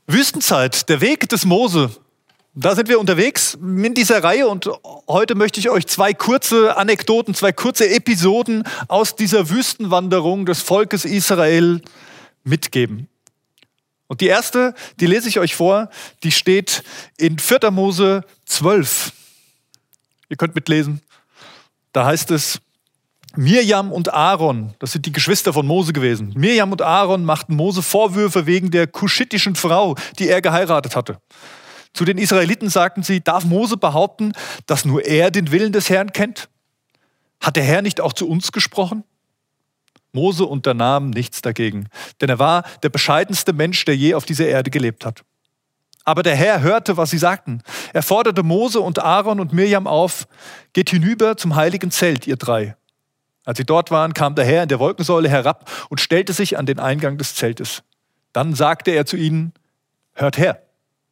Wüstenzeit, der Weg des Mose. Da sind wir unterwegs in dieser Reihe und heute möchte ich euch zwei kurze Anekdoten, zwei kurze Episoden aus dieser Wüstenwanderung des Volkes Israel mitgeben. Und die erste, die lese ich euch vor, die steht in 4. Mose 12. Ihr könnt mitlesen. Da heißt es, Mirjam und Aaron, das sind die Geschwister von Mose gewesen. Mirjam und Aaron machten Mose Vorwürfe wegen der kuschitischen Frau, die er geheiratet hatte. Zu den Israeliten sagten sie, darf Mose behaupten, dass nur er den Willen des Herrn kennt? Hat der Herr nicht auch zu uns gesprochen? Mose unternahm nichts dagegen, denn er war der bescheidenste Mensch, der je auf dieser Erde gelebt hat. Aber der Herr hörte, was sie sagten. Er forderte Mose und Aaron und Mirjam auf, geht hinüber zum heiligen Zelt, ihr drei. Als sie dort waren, kam der Herr in der Wolkensäule herab und stellte sich an den Eingang des Zeltes. Dann sagte er zu ihnen, hört her.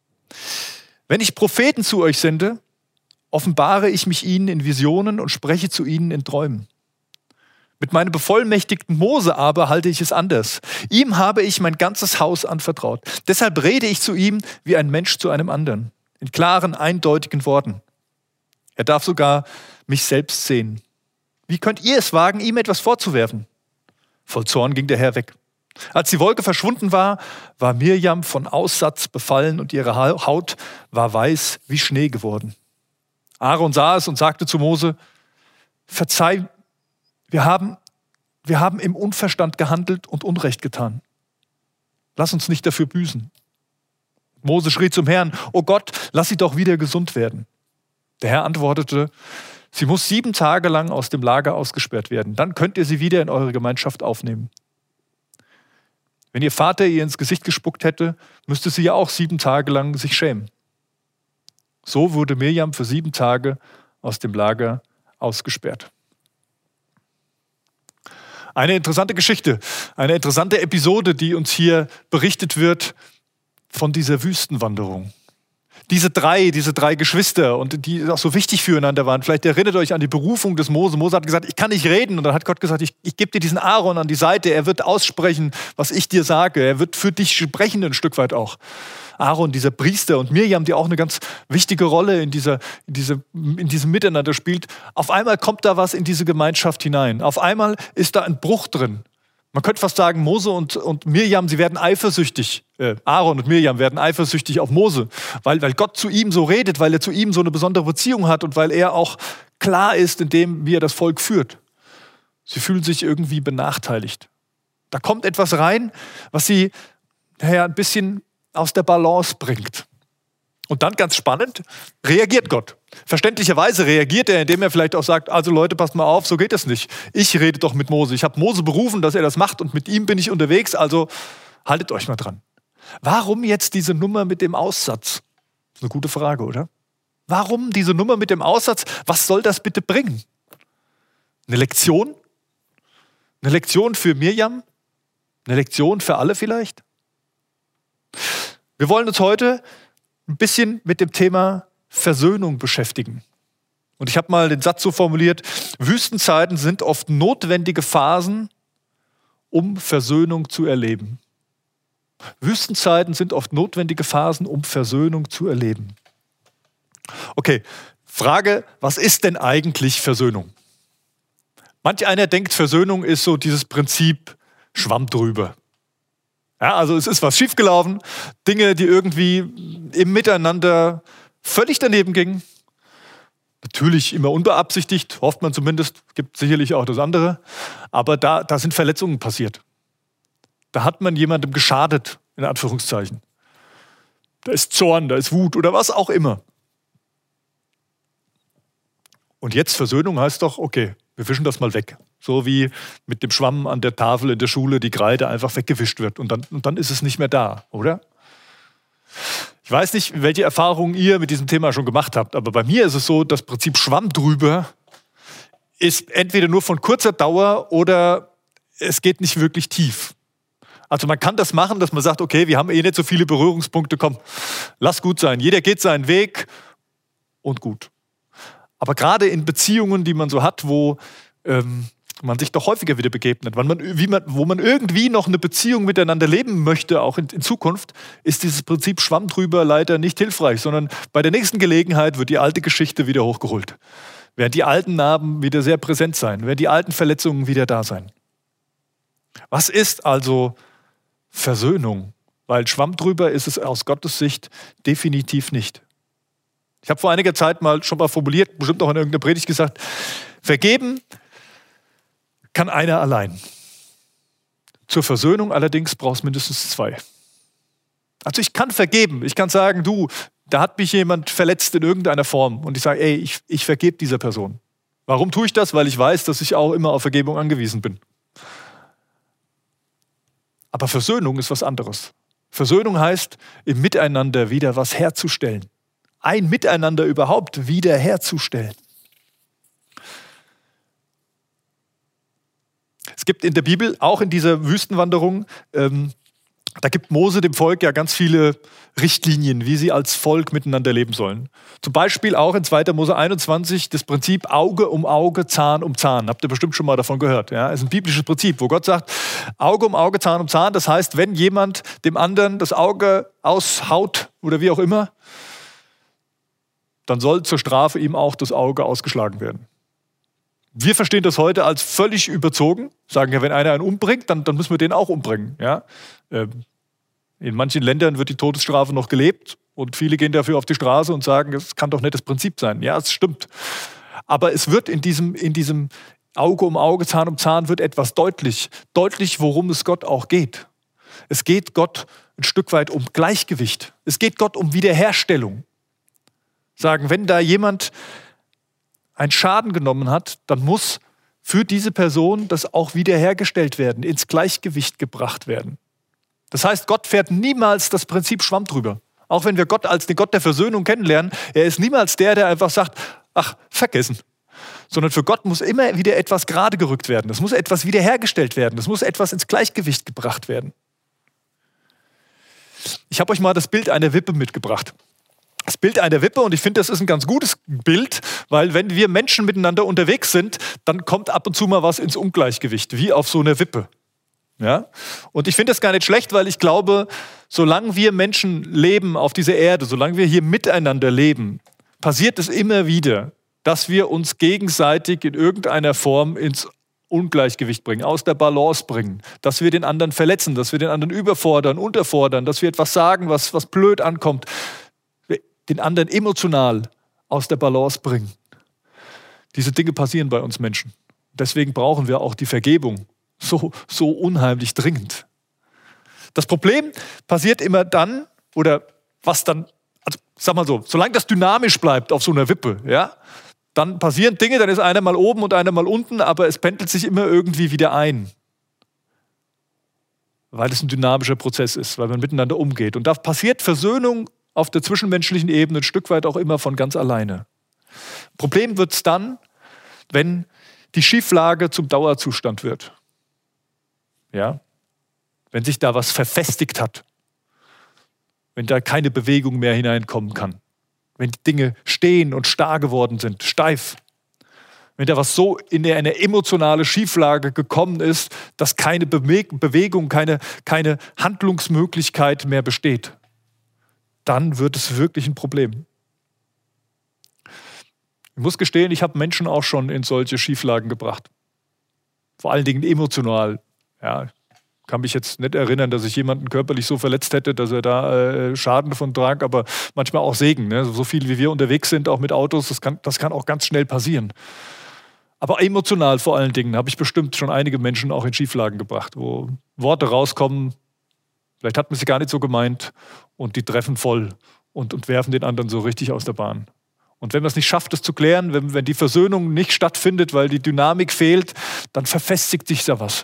Wenn ich Propheten zu euch sende, offenbare ich mich ihnen in Visionen und spreche zu ihnen in Träumen. Mit meinem bevollmächtigten Mose aber halte ich es anders. Ihm habe ich mein ganzes Haus anvertraut. Deshalb rede ich zu ihm wie ein Mensch zu einem anderen, in klaren, eindeutigen Worten. Er darf sogar mich selbst sehen. Wie könnt ihr es wagen, ihm etwas vorzuwerfen? Voll Zorn ging der Herr weg. Als die Wolke verschwunden war, war Mirjam von Aussatz befallen und ihre Haut war weiß wie Schnee geworden. Aaron sah es und sagte zu Mose, verzeih, wir haben im Unverstand gehandelt und Unrecht getan. Lass uns nicht dafür büßen. Mose schrie zum Herrn, o Gott, lass sie doch wieder gesund werden. Der Herr antwortete, sie muss 7 Tage lang aus dem Lager ausgesperrt werden. Dann könnt ihr sie wieder in eure Gemeinschaft aufnehmen. Wenn ihr Vater ihr ins Gesicht gespuckt hätte, müsste sie ja auch 7 Tage lang sich schämen. So wurde Mirjam für 7 Tage aus dem Lager ausgesperrt. Eine interessante Geschichte, eine interessante Episode, die uns hier berichtet wird von dieser Wüstenwanderung. Diese drei Geschwister und die auch so wichtig füreinander waren. Vielleicht erinnert euch an die Berufung des Mose. Mose hat gesagt, ich kann nicht reden. Und dann hat Gott gesagt, ich gebe dir diesen Aaron an die Seite. Er wird aussprechen, was ich dir sage. Er wird für dich sprechen, ein Stück weit auch. Aaron, dieser Priester, und Mirjam, die auch eine ganz wichtige Rolle in diesem Miteinander spielt. Auf einmal kommt da was in diese Gemeinschaft hinein. Auf einmal ist da ein Bruch drin. Man könnte fast sagen, Mose und Mirjam, sie werden eifersüchtig. Aaron und Mirjam werden eifersüchtig auf Mose, weil Gott zu ihm so redet, weil er zu ihm so eine besondere Beziehung hat und weil er auch klar ist in dem, wie er das Volk führt. Sie fühlen sich irgendwie benachteiligt. Da kommt etwas rein, was sie ein bisschen aus der Balance bringt. Und dann, ganz spannend, reagiert Gott. Verständlicherweise reagiert er, indem er vielleicht auch sagt, also Leute, passt mal auf, so geht es nicht. Ich rede doch mit Mose. Ich habe Mose berufen, dass er das macht und mit ihm bin ich unterwegs, also haltet euch mal dran. Warum jetzt diese Nummer mit dem Aussatz? Das ist eine gute Frage, oder? Warum diese Nummer mit dem Aussatz? Was soll das bitte bringen? Eine Lektion? Eine Lektion für Mirjam? Eine Lektion für alle vielleicht? Wir wollen uns heute ein bisschen mit dem Thema Versöhnung beschäftigen. Und ich habe mal den Satz so formuliert, Wüstenzeiten sind oft notwendige Phasen, um Versöhnung zu erleben. Wüstenzeiten sind oft notwendige Phasen, um Versöhnung zu erleben. Okay, Frage, was ist denn eigentlich Versöhnung? Manch einer denkt, Versöhnung ist so dieses Prinzip Schwamm drüber. Ja, also es ist was schiefgelaufen, Dinge, die irgendwie im Miteinander völlig daneben gingen. Natürlich immer unbeabsichtigt, hofft man zumindest, gibt sicherlich auch das andere. Aber da sind Verletzungen passiert. Da hat man jemandem geschadet, in Anführungszeichen. Da ist Zorn, da ist Wut oder was auch immer. Und jetzt Versöhnung heißt doch, okay, wir wischen das mal weg. So wie mit dem Schwamm an der Tafel in der Schule die Kreide einfach weggewischt wird. Und dann ist es nicht mehr da, oder? Ich weiß nicht, welche Erfahrungen ihr mit diesem Thema schon gemacht habt, aber bei mir ist es so, das Prinzip Schwamm drüber ist entweder nur von kurzer Dauer oder es geht nicht wirklich tief. Also man kann das machen, dass man sagt, okay, wir haben eh nicht so viele Berührungspunkte, komm, lass gut sein. Jeder geht seinen Weg und gut. Aber gerade in Beziehungen, die man so hat, wo man sich doch häufiger wieder begegnet, wo man irgendwie noch eine Beziehung miteinander leben möchte, auch in Zukunft, ist dieses Prinzip Schwamm drüber leider nicht hilfreich, sondern bei der nächsten Gelegenheit wird die alte Geschichte wieder hochgeholt. Werden die alten Narben wieder sehr präsent sein, werden die alten Verletzungen wieder da sein. Was ist also Versöhnung? Weil Schwamm drüber ist es aus Gottes Sicht definitiv nicht. Ich habe vor einiger Zeit schon mal formuliert, bestimmt auch in irgendeiner Predigt gesagt, vergeben kann einer allein. Zur Versöhnung allerdings brauchst du mindestens zwei. Also ich kann vergeben. Ich kann sagen, du, da hat mich jemand verletzt in irgendeiner Form. Und ich sage, ey, ich vergebe dieser Person. Warum tue ich das? Weil ich weiß, dass ich auch immer auf Vergebung angewiesen bin. Aber Versöhnung ist was anderes. Versöhnung heißt, im Miteinander wieder was herzustellen. Ein Miteinander überhaupt wieder herzustellen. Es gibt in der Bibel, auch in dieser Wüstenwanderung, da gibt Mose dem Volk ja ganz viele Richtlinien, wie sie als Volk miteinander leben sollen. Zum Beispiel auch in 2. Mose 21 das Prinzip Auge um Auge, Zahn um Zahn. Habt ihr bestimmt schon mal davon gehört. Ja? Das ist ein biblisches Prinzip, wo Gott sagt, Auge um Auge, Zahn um Zahn. Das heißt, wenn jemand dem anderen das Auge aushaut oder wie auch immer, dann soll zur Strafe ihm auch das Auge ausgeschlagen werden. Wir verstehen das heute als völlig überzogen. Sagen ja, wenn einer einen umbringt, dann müssen wir den auch umbringen. Ja? In manchen Ländern wird die Todesstrafe noch gelebt und viele gehen dafür auf die Straße und sagen, es kann doch nicht das Prinzip sein. Ja, es stimmt. Aber es wird in diesem Auge um Auge, Zahn um Zahn wird etwas deutlich, worum es Gott auch geht. Es geht Gott ein Stück weit um Gleichgewicht. Es geht Gott um Wiederherstellung. Sagen, wenn da jemand einen Schaden genommen hat, dann muss für diese Person das auch wiederhergestellt werden, ins Gleichgewicht gebracht werden. Das heißt, Gott fährt niemals das Prinzip Schwamm drüber. Auch wenn wir Gott als den Gott der Versöhnung kennenlernen, er ist niemals der einfach sagt, ach, vergessen. Sondern für Gott muss immer wieder etwas gerade gerückt werden. Es muss etwas wiederhergestellt werden. Es muss etwas ins Gleichgewicht gebracht werden. Ich habe euch mal das Bild einer Wippe mitgebracht. Das Bild einer Wippe, und ich finde, das ist ein ganz gutes Bild, weil wenn wir Menschen miteinander unterwegs sind, dann kommt ab und zu mal was ins Ungleichgewicht, wie auf so einer Wippe. Ja? Und ich finde das gar nicht schlecht, weil ich glaube, solange wir Menschen leben auf dieser Erde, solange wir hier miteinander leben, passiert es immer wieder, dass wir uns gegenseitig in irgendeiner Form ins Ungleichgewicht bringen, aus der Balance bringen, dass wir den anderen verletzen, dass wir den anderen überfordern, unterfordern, dass wir etwas sagen, was blöd ankommt, den anderen emotional aus der Balance bringen. Diese Dinge passieren bei uns Menschen. Deswegen brauchen wir auch die Vergebung so unheimlich dringend. Das Problem passiert immer dann, oder was dann, also sag mal so, solange das dynamisch bleibt auf so einer Wippe, ja, dann passieren Dinge, dann ist einer mal oben und einer mal unten, aber es pendelt sich immer irgendwie wieder ein. Weil es ein dynamischer Prozess ist, weil man miteinander umgeht. Und da passiert Versöhnung auf der zwischenmenschlichen Ebene ein Stück weit auch immer von ganz alleine. Problem wird es dann, wenn die Schieflage zum Dauerzustand wird. Ja? Wenn sich da was verfestigt hat. Wenn da keine Bewegung mehr hineinkommen kann. Wenn die Dinge stehen und starr geworden sind, steif. Wenn da was so in eine emotionale Schieflage gekommen ist, dass keine Bewegung, keine Handlungsmöglichkeit mehr besteht. Dann wird es wirklich ein Problem. Ich muss gestehen, ich habe Menschen auch schon in solche Schieflagen gebracht. Vor allen Dingen emotional. Ja, kann mich jetzt nicht erinnern, dass ich jemanden körperlich so verletzt hätte, dass er da Schaden davon trag, aber manchmal auch Segen. Ne? So viel wie wir unterwegs sind, auch mit Autos, das kann auch ganz schnell passieren. Aber emotional vor allen Dingen habe ich bestimmt schon einige Menschen auch in Schieflagen gebracht, wo Worte rauskommen, vielleicht hat man sie gar nicht so gemeint und die treffen voll und werfen den anderen so richtig aus der Bahn. Und wenn man es nicht schafft, das zu klären, wenn die Versöhnung nicht stattfindet, weil die Dynamik fehlt, dann verfestigt sich da was.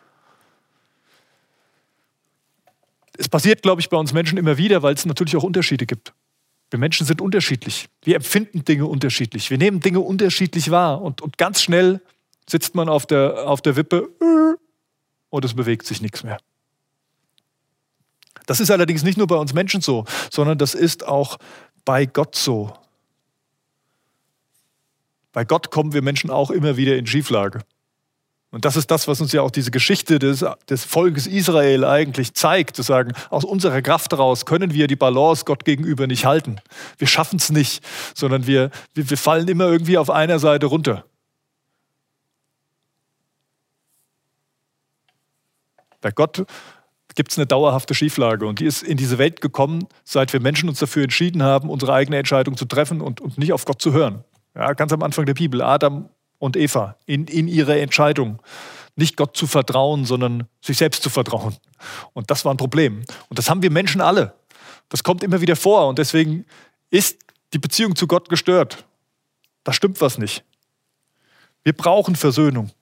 Es passiert, glaube ich, bei uns Menschen immer wieder, weil es natürlich auch Unterschiede gibt. Wir Menschen sind unterschiedlich. Wir empfinden Dinge unterschiedlich. Wir nehmen Dinge unterschiedlich wahr. Und ganz schnell sitzt man auf der Wippe und es bewegt sich nichts mehr. Das ist allerdings nicht nur bei uns Menschen so, sondern das ist auch bei Gott so. Bei Gott kommen wir Menschen auch immer wieder in Schieflage. Und das ist das, was uns ja auch diese Geschichte des Volkes Israel eigentlich zeigt, zu sagen, aus unserer Kraft heraus können wir die Balance Gott gegenüber nicht halten. Wir schaffen es nicht, sondern wir fallen immer irgendwie auf einer Seite runter. Bei Gott gibt es eine dauerhafte Schieflage und die ist in diese Welt gekommen, seit wir Menschen uns dafür entschieden haben, unsere eigene Entscheidung zu treffen und nicht auf Gott zu hören. Ja, ganz am Anfang der Bibel, Adam und Eva in ihrer Entscheidung, nicht Gott zu vertrauen, sondern sich selbst zu vertrauen. Und das war ein Problem. Und das haben wir Menschen alle. Das kommt immer wieder vor und deswegen ist die Beziehung zu Gott gestört. Da stimmt was nicht. Wir brauchen Versöhnung.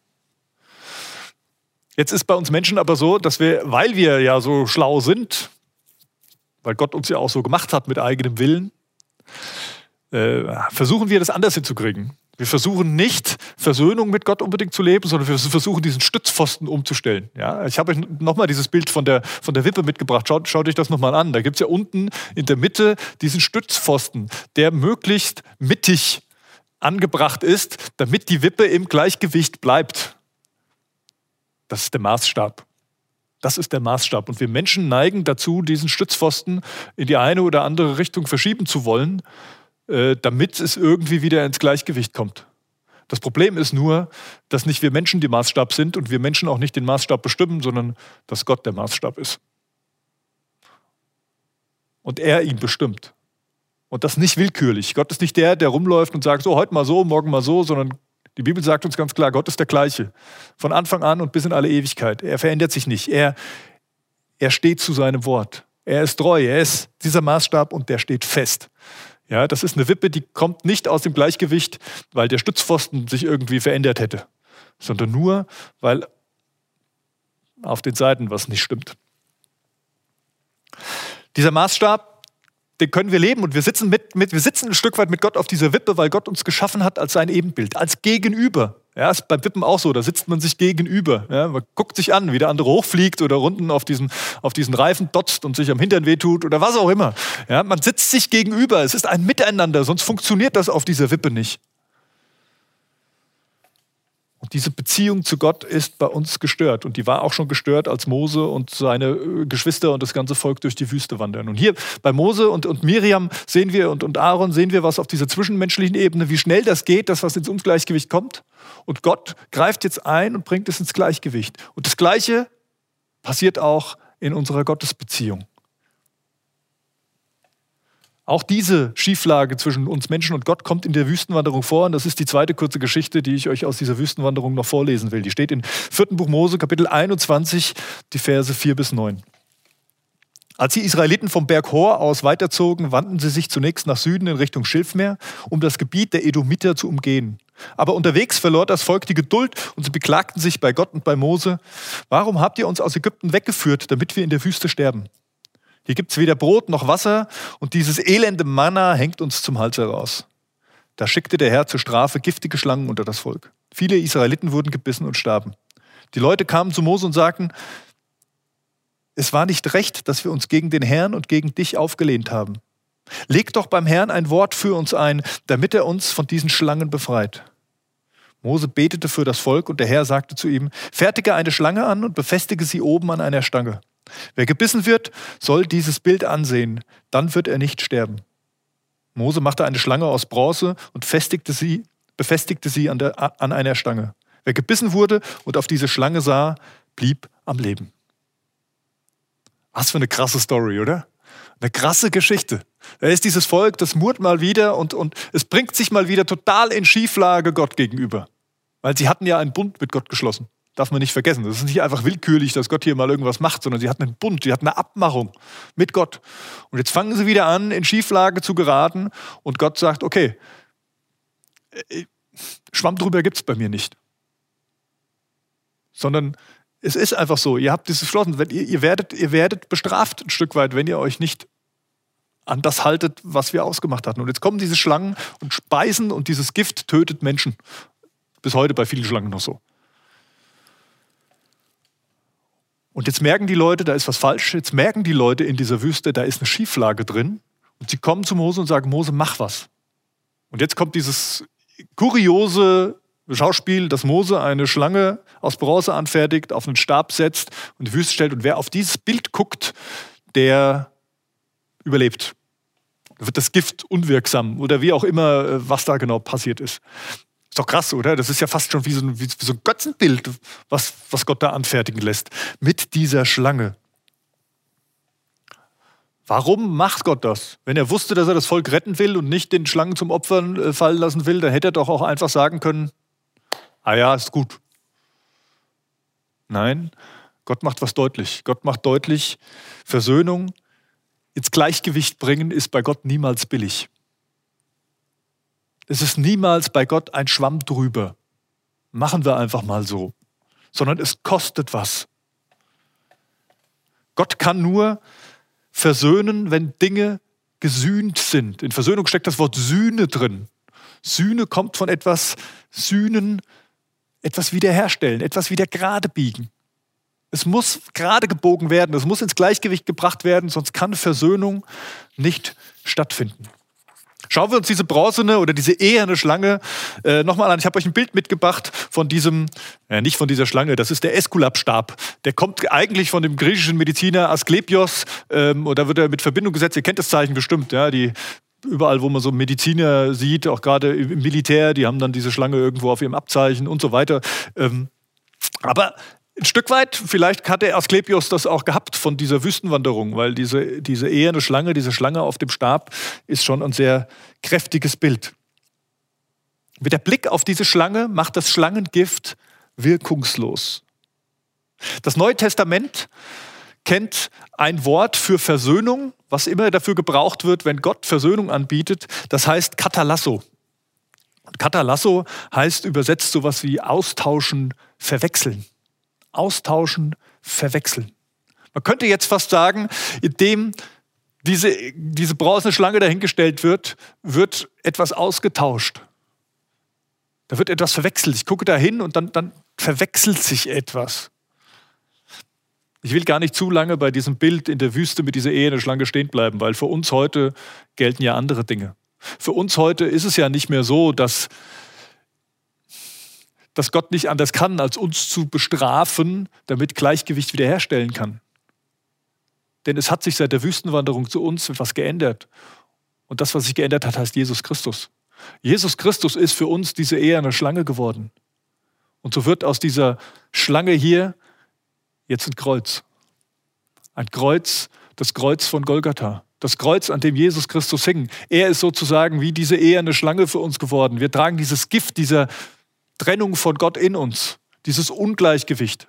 Jetzt ist bei uns Menschen aber so, dass wir, weil wir ja so schlau sind, weil Gott uns ja auch so gemacht hat mit eigenem Willen, versuchen wir das anders hinzukriegen. Wir versuchen nicht, Versöhnung mit Gott unbedingt zu leben, sondern wir versuchen, diesen Stützpfosten umzustellen. Ja, ich habe euch nochmal dieses Bild von der Wippe mitgebracht. Schaut euch das nochmal an. Da gibt es ja unten in der Mitte diesen Stützpfosten, der möglichst mittig angebracht ist, damit die Wippe im Gleichgewicht bleibt. Das ist der Maßstab. Das ist der Maßstab. Und wir Menschen neigen dazu, diesen Stützpfosten in die eine oder andere Richtung verschieben zu wollen, damit es irgendwie wieder ins Gleichgewicht kommt. Das Problem ist nur, dass nicht wir Menschen die Maßstab sind und wir Menschen auch nicht den Maßstab bestimmen, sondern dass Gott der Maßstab ist. Und er ihn bestimmt. Und das nicht willkürlich. Gott ist nicht der rumläuft und sagt, so, heute mal so, morgen mal so, sondern die Bibel sagt uns ganz klar, Gott ist der Gleiche. Von Anfang an und bis in alle Ewigkeit. Er verändert sich nicht. Er steht zu seinem Wort. Er ist treu. Er ist dieser Maßstab und der steht fest. Ja, das ist eine Wippe, die kommt nicht aus dem Gleichgewicht, weil der Stützpfosten sich irgendwie verändert hätte, sondern nur, weil auf den Seiten was nicht stimmt. Dieser Maßstab, den können wir leben und wir sitzen ein Stück weit mit Gott auf dieser Wippe, weil Gott uns geschaffen hat als sein Ebenbild, als Gegenüber. Ja, ist beim Wippen auch so, da sitzt man sich gegenüber. Ja, man guckt sich an, wie der andere hochfliegt oder unten auf diesen Reifen dotzt und sich am Hintern wehtut oder was auch immer. Ja, man sitzt sich gegenüber, es ist ein Miteinander, sonst funktioniert das auf dieser Wippe nicht. Und diese Beziehung zu Gott ist bei uns gestört. Und die war auch schon gestört, als Mose und seine Geschwister und das ganze Volk durch die Wüste wandern. Und hier bei Mose und Miriam sehen wir und Aaron sehen wir was auf dieser zwischenmenschlichen Ebene, wie schnell das geht, dass was ins Ungleichgewicht kommt. Und Gott greift jetzt ein und bringt es ins Gleichgewicht. Und das Gleiche passiert auch in unserer Gottesbeziehung. Auch diese Schieflage zwischen uns Menschen und Gott kommt in der Wüstenwanderung vor. Und das ist die zweite kurze Geschichte, die ich euch aus dieser Wüstenwanderung noch vorlesen will. Die steht im 4. Buch Mose, Kapitel 21, die Verse 4-9. Als die Israeliten vom Berg Hor aus weiterzogen, wandten sie sich zunächst nach Süden in Richtung Schilfmeer, um das Gebiet der Edomiter zu umgehen. Aber unterwegs verlor das Volk die Geduld und sie beklagten sich bei Gott und bei Mose: Warum habt ihr uns aus Ägypten weggeführt, damit wir in der Wüste sterben? Hier gibt es weder Brot noch Wasser und dieses elende Manna hängt uns zum Hals heraus. Da schickte der Herr zur Strafe giftige Schlangen unter das Volk. Viele Israeliten wurden gebissen und starben. Die Leute kamen zu Mose und sagten: Es war nicht recht, dass wir uns gegen den Herrn und gegen dich aufgelehnt haben. Leg doch beim Herrn ein Wort für uns ein, damit er uns von diesen Schlangen befreit. Mose betete für das Volk und der Herr sagte zu ihm: Fertige eine Schlange an und befestige sie oben an einer Stange. Wer gebissen wird, soll dieses Bild ansehen, dann wird er nicht sterben. Mose machte eine Schlange aus Bronze und befestigte sie an einer Stange. Wer gebissen wurde und auf diese Schlange sah, blieb am Leben. Was für eine krasse Story, oder? Eine krasse Geschichte. Da ist dieses Volk, das murrt mal wieder und es bringt sich mal wieder total in Schieflage Gott gegenüber. Weil sie hatten ja einen Bund mit Gott geschlossen. Darf man nicht vergessen. Das ist nicht einfach willkürlich, dass Gott hier mal irgendwas macht, sondern sie hatten einen Bund, sie hatten eine Abmachung mit Gott. Und jetzt fangen sie wieder an, in Schieflage zu geraten und Gott sagt: Okay, Schwamm drüber gibt es bei mir nicht. Sondern es ist einfach so, ihr habt dieses beschlossen, ihr werdet bestraft ein Stück weit, wenn ihr euch nicht an das haltet, was wir ausgemacht hatten. Und jetzt kommen diese Schlangen und speisen und dieses Gift tötet Menschen. Bis heute bei vielen Schlangen noch so. Und jetzt merken die Leute, da ist was falsch. Jetzt merken die Leute in dieser Wüste, da ist eine Schieflage drin. Und sie kommen zu Mose und sagen: Mose, mach was. Und jetzt kommt dieses kuriose Schauspiel, dass Mose eine Schlange aus Bronze anfertigt, auf einen Stab setzt und in die Wüste stellt. Und wer auf dieses Bild guckt, der überlebt. Da wird das Gift unwirksam oder wie auch immer, was da genau passiert ist. Ist doch krass, oder? Das ist ja fast schon wie so ein Götzenbild, was Gott da anfertigen lässt. Mit dieser Schlange. Warum macht Gott das? Wenn er wusste, dass er das Volk retten will und nicht den Schlangen zum Opfern fallen lassen will, dann hätte er doch auch einfach sagen können, ah ja, ist gut. Nein, Gott macht was deutlich. Gott macht deutlich, Versöhnung ins Gleichgewicht bringen ist bei Gott niemals billig. Es ist niemals bei Gott ein Schwamm drüber. Machen wir einfach mal so. Sondern es kostet was. Gott kann nur versöhnen, wenn Dinge gesühnt sind. In Versöhnung steckt das Wort Sühne drin. Sühne kommt von etwas sühnen, etwas wiederherstellen, etwas wieder gerade biegen. Es muss gerade gebogen werden, es muss ins Gleichgewicht gebracht werden, sonst kann Versöhnung nicht stattfinden. Schauen wir uns diese bronzene oder diese eherne Schlange nochmal an. Ich habe euch ein Bild mitgebracht von diesem, nicht von dieser Schlange, das ist der Äskulapstab. Der kommt eigentlich von dem griechischen Mediziner Asklepios und da wird er mit Verbindung gesetzt. Ihr kennt das Zeichen bestimmt, ja, überall, wo man so Mediziner sieht, auch gerade im Militär, die haben dann diese Schlange irgendwo auf ihrem Abzeichen und so weiter. Aber ein Stück weit, vielleicht hat der Asklepios das auch gehabt von dieser Wüstenwanderung, weil diese eherne Schlange, diese Schlange auf dem Stab ist schon ein sehr kräftiges Bild. Mit der Blick auf diese Schlange macht das Schlangengift wirkungslos. Das Neue Testament kennt ein Wort für Versöhnung, was immer dafür gebraucht wird, wenn Gott Versöhnung anbietet. Das heißt Katalasso. Und Katalasso heißt übersetzt sowas wie austauschen, verwechseln. Austauschen, verwechseln. Man könnte jetzt fast sagen, indem diese bronzene Schlange dahingestellt wird, wird etwas ausgetauscht. Da wird etwas verwechselt. Ich gucke da hin und dann verwechselt sich etwas. Ich will gar nicht zu lange bei diesem Bild in der Wüste mit dieser eherne Schlange stehen bleiben, weil für uns heute gelten ja andere Dinge. Für uns heute ist es ja nicht mehr so, dass Gott nicht anders kann, als uns zu bestrafen, damit Gleichgewicht wiederherstellen kann. Denn es hat sich seit der Wüstenwanderung zu uns etwas geändert. Und das, was sich geändert hat, heißt Jesus Christus. Jesus Christus ist für uns diese eherne Schlange geworden. Und so wird aus dieser Schlange hier jetzt ein Kreuz. Ein Kreuz, das Kreuz von Golgatha. Das Kreuz, an dem Jesus Christus hing. Er ist sozusagen wie diese eherne Schlange für uns geworden. Wir tragen dieses Gift, dieser Trennung von Gott in uns, dieses Ungleichgewicht.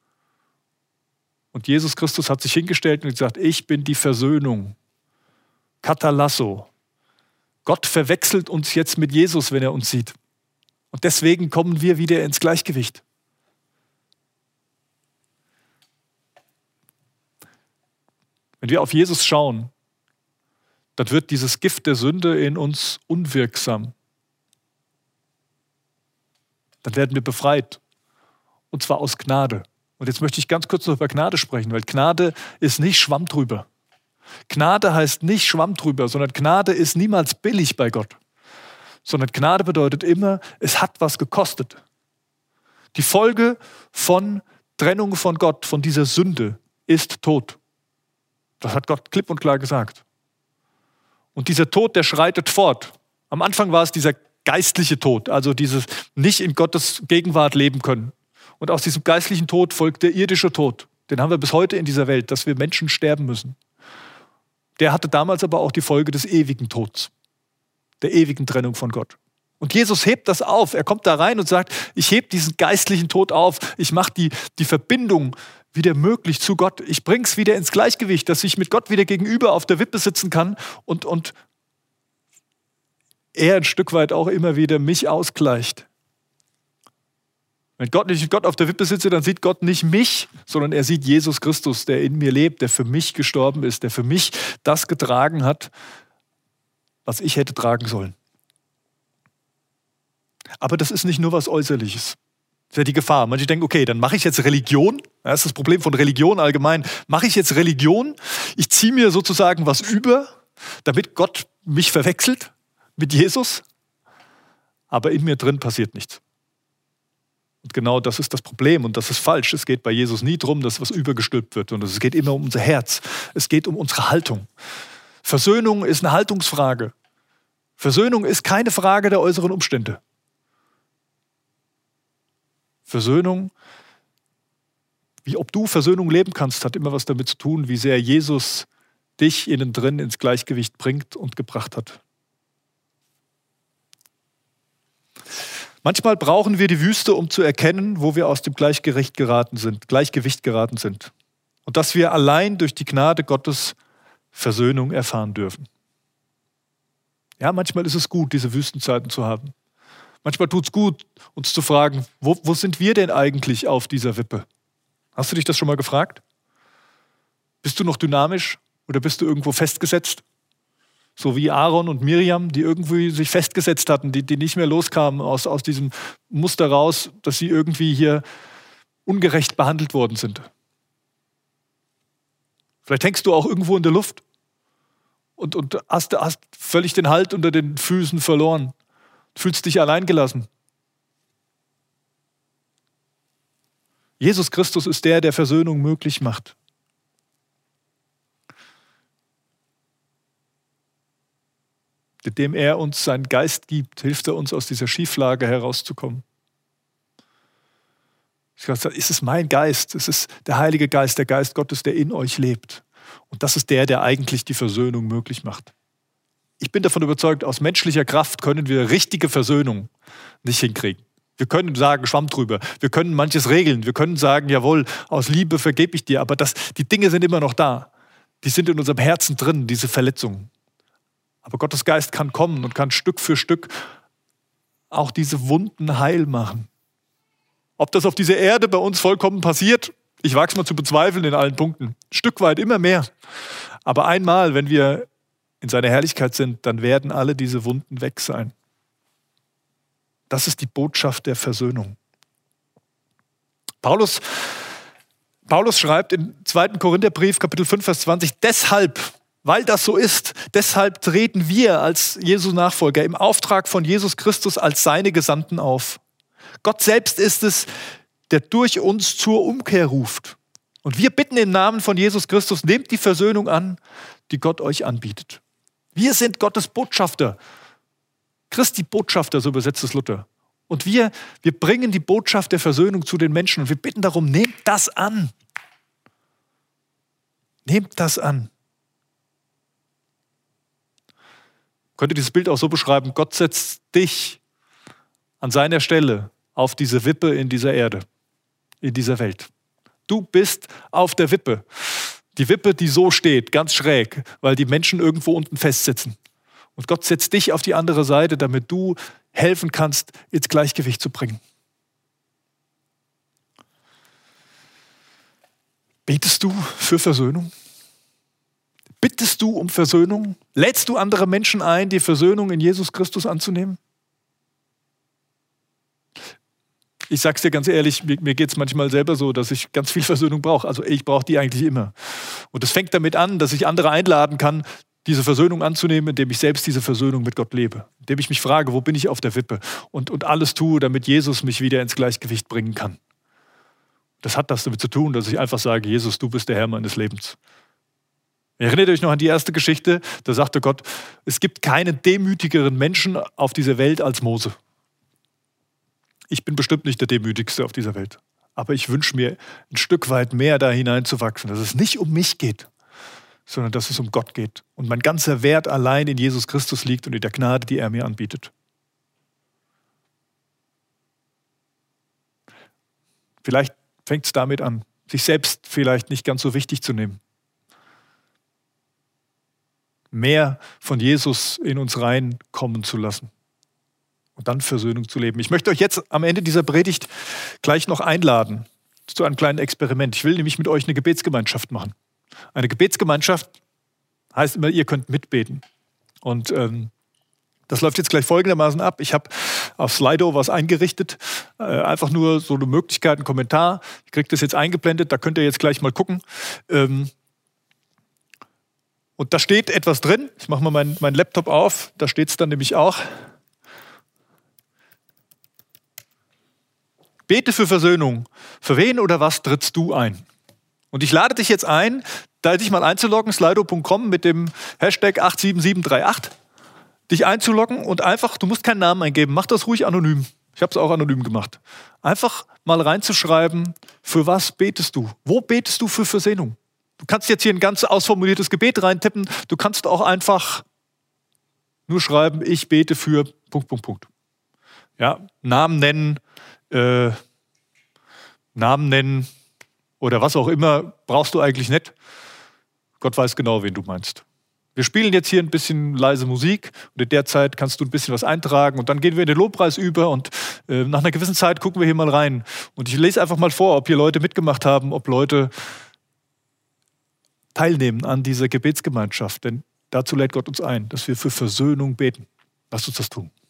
Und Jesus Christus hat sich hingestellt und gesagt, ich bin die Versöhnung. Katalasso. Gott verwechselt uns jetzt mit Jesus, wenn er uns sieht. Und deswegen kommen wir wieder ins Gleichgewicht. Wenn wir auf Jesus schauen, dann wird dieses Gift der Sünde in uns unwirksam. Dann werden wir befreit. Und zwar aus Gnade. Und jetzt möchte ich ganz kurz noch über Gnade sprechen, weil Gnade ist nicht Schwamm drüber. Gnade heißt nicht Schwamm drüber, sondern Gnade ist niemals billig bei Gott. Sondern Gnade bedeutet immer, es hat was gekostet. Die Folge von Trennung von Gott, von dieser Sünde, ist Tod. Das hat Gott klipp und klar gesagt. Und dieser Tod, der schreitet fort. Am Anfang war es dieser geistliche Tod, also dieses nicht in Gottes Gegenwart leben können. Und aus diesem geistlichen Tod folgt der irdische Tod. Den haben wir bis heute in dieser Welt, dass wir Menschen sterben müssen. Der hatte damals aber auch die Folge des ewigen Todes, der ewigen Trennung von Gott. Und Jesus hebt das auf. Er kommt da rein und sagt, ich hebe diesen geistlichen Tod auf. Ich mache die Verbindung wieder möglich zu Gott. Ich bringe es wieder ins Gleichgewicht, dass ich mit Gott wieder gegenüber auf der Wippe sitzen kann und er ein Stück weit auch immer wieder mich ausgleicht. Wenn ich mit Gott auf der Wippe sitze, dann sieht Gott nicht mich, sondern er sieht Jesus Christus, der in mir lebt, der für mich gestorben ist, der für mich das getragen hat, was ich hätte tragen sollen. Aber das ist nicht nur was Äußerliches. Das ist ja die Gefahr. Manche denken, okay, dann mache ich jetzt Religion. Das ist das Problem von Religion allgemein. Mache ich jetzt Religion? Ich ziehe mir sozusagen was über, damit Gott mich verwechselt mit Jesus. Aber in mir drin passiert nichts. Und genau das ist das Problem und das ist falsch. Es geht bei Jesus nie darum, dass was übergestülpt wird, sondern es geht immer um unser Herz. Es geht um unsere Haltung. Versöhnung ist eine Haltungsfrage. Versöhnung ist keine Frage der äußeren Umstände. Versöhnung, wie ob du Versöhnung leben kannst, hat immer was damit zu tun, wie sehr Jesus dich innen drin ins Gleichgewicht bringt und gebracht hat. Manchmal brauchen wir die Wüste, um zu erkennen, wo wir aus dem Gleichgewicht geraten sind. Und dass wir allein durch die Gnade Gottes Versöhnung erfahren dürfen. Ja, manchmal ist es gut, diese Wüstenzeiten zu haben. Manchmal tut es gut, uns zu fragen, wo sind wir denn eigentlich auf dieser Wippe? Hast du dich das schon mal gefragt? Bist du noch dynamisch oder bist du irgendwo festgesetzt? So wie Aaron und Miriam, die irgendwie sich festgesetzt hatten, die nicht mehr loskamen aus diesem Muster raus, dass sie irgendwie hier ungerecht behandelt worden sind. Vielleicht hängst du auch irgendwo in der Luft und hast völlig den Halt unter den Füßen verloren. Du fühlst dich alleingelassen. Jesus Christus ist der Versöhnung möglich macht. Indem er uns seinen Geist gibt, hilft er uns aus dieser Schieflage herauszukommen. Ich glaube, es ist mein Geist, es ist der Heilige Geist, der Geist Gottes, der in euch lebt. Und das ist der eigentlich die Versöhnung möglich macht. Ich bin davon überzeugt, aus menschlicher Kraft können wir richtige Versöhnung nicht hinkriegen. Wir können sagen, Schwamm drüber. Wir können manches regeln. Wir können sagen, jawohl, aus Liebe vergebe ich dir. Aber die Dinge sind immer noch da. Die sind in unserem Herzen drin, diese Verletzungen. Aber Gottes Geist kann kommen und kann Stück für Stück auch diese Wunden heil machen. Ob das auf dieser Erde bei uns vollkommen passiert, ich wage es mal zu bezweifeln in allen Punkten. Ein Stück weit immer mehr. Aber einmal, wenn wir in seiner Herrlichkeit sind, dann werden alle diese Wunden weg sein. Das ist die Botschaft der Versöhnung. Paulus schreibt im 2. Korintherbrief, Kapitel 5, Vers 20, deshalb, weil das so ist, deshalb treten wir als Jesu Nachfolger im Auftrag von Jesus Christus als seine Gesandten auf. Gott selbst ist es, der durch uns zur Umkehr ruft. Und wir bitten im Namen von Jesus Christus, nehmt die Versöhnung an, die Gott euch anbietet. Wir sind Gottes Botschafter. Christi Botschafter, so übersetzt es Luther. Und wir bringen die Botschaft der Versöhnung zu den Menschen und wir bitten darum, nehmt das an. Nehmt das an. Könnt ihr dieses Bild auch so beschreiben, Gott setzt dich an seiner Stelle auf diese Wippe in dieser Erde, in dieser Welt. Du bist auf der Wippe. Die Wippe, die so steht, ganz schräg, weil die Menschen irgendwo unten festsitzen. Und Gott setzt dich auf die andere Seite, damit du helfen kannst, ins Gleichgewicht zu bringen. Betest du für Versöhnung? Bittest du um Versöhnung? Lädst du andere Menschen ein, die Versöhnung in Jesus Christus anzunehmen? Ich sage es dir ganz ehrlich, mir geht es manchmal selber so, dass ich ganz viel Versöhnung brauche. Also ich brauche die eigentlich immer. Und es fängt damit an, dass ich andere einladen kann, diese Versöhnung anzunehmen, indem ich selbst diese Versöhnung mit Gott lebe. Indem ich mich frage, wo bin ich auf der Wippe? Und alles tue, damit Jesus mich wieder ins Gleichgewicht bringen kann. Das hat das damit zu tun, dass ich einfach sage, Jesus, du bist der Herr meines Lebens. Erinnert euch noch an die erste Geschichte? Da sagte Gott, es gibt keinen demütigeren Menschen auf dieser Welt als Mose. Ich bin bestimmt nicht der Demütigste auf dieser Welt. Aber ich wünsche mir ein Stück weit mehr da hineinzuwachsen, dass es nicht um mich geht, sondern dass es um Gott geht. Und mein ganzer Wert allein in Jesus Christus liegt und in der Gnade, die er mir anbietet. Vielleicht fängt es damit an, sich selbst vielleicht nicht ganz so wichtig zu nehmen. Mehr von Jesus in uns reinkommen zu lassen. Und dann Versöhnung zu leben. Ich möchte euch jetzt am Ende dieser Predigt gleich noch einladen zu einem kleinen Experiment. Ich will nämlich mit euch eine Gebetsgemeinschaft machen. Eine Gebetsgemeinschaft heißt immer, ihr könnt mitbeten. Und das läuft jetzt gleich folgendermaßen ab. Ich habe auf Slido was eingerichtet. Einfach nur so eine Möglichkeit, einen Kommentar. Ich kriege das jetzt eingeblendet, da könnt ihr jetzt gleich mal gucken. Und da steht etwas drin. Ich mache mal meinen Laptop auf. Da steht es dann nämlich auch. Bete für Versöhnung. Für wen oder was trittst du ein? Und ich lade dich jetzt ein, da dich mal einzuloggen, slido.com mit dem Hashtag 87738, dich einzuloggen und einfach, du musst keinen Namen eingeben, mach das ruhig anonym. Ich habe es auch anonym gemacht. Einfach mal reinzuschreiben, für was betest du? Wo betest du für Versöhnung? Du kannst jetzt hier ein ganz ausformuliertes Gebet reintippen. Du kannst auch einfach nur schreiben, ich bete für ... Ja, Namen nennen oder was auch immer, brauchst du eigentlich nicht. Gott weiß genau, wen du meinst. Wir spielen jetzt hier ein bisschen leise Musik und in der Zeit kannst du ein bisschen was eintragen und dann gehen wir in den Lobpreis über und nach einer gewissen Zeit gucken wir hier mal rein. Und ich lese einfach mal vor, ob hier Leute mitgemacht haben, ob Leute teilnehmen an dieser Gebetsgemeinschaft. Denn dazu lädt Gott uns ein, dass wir für Versöhnung beten. Lasst uns das tun.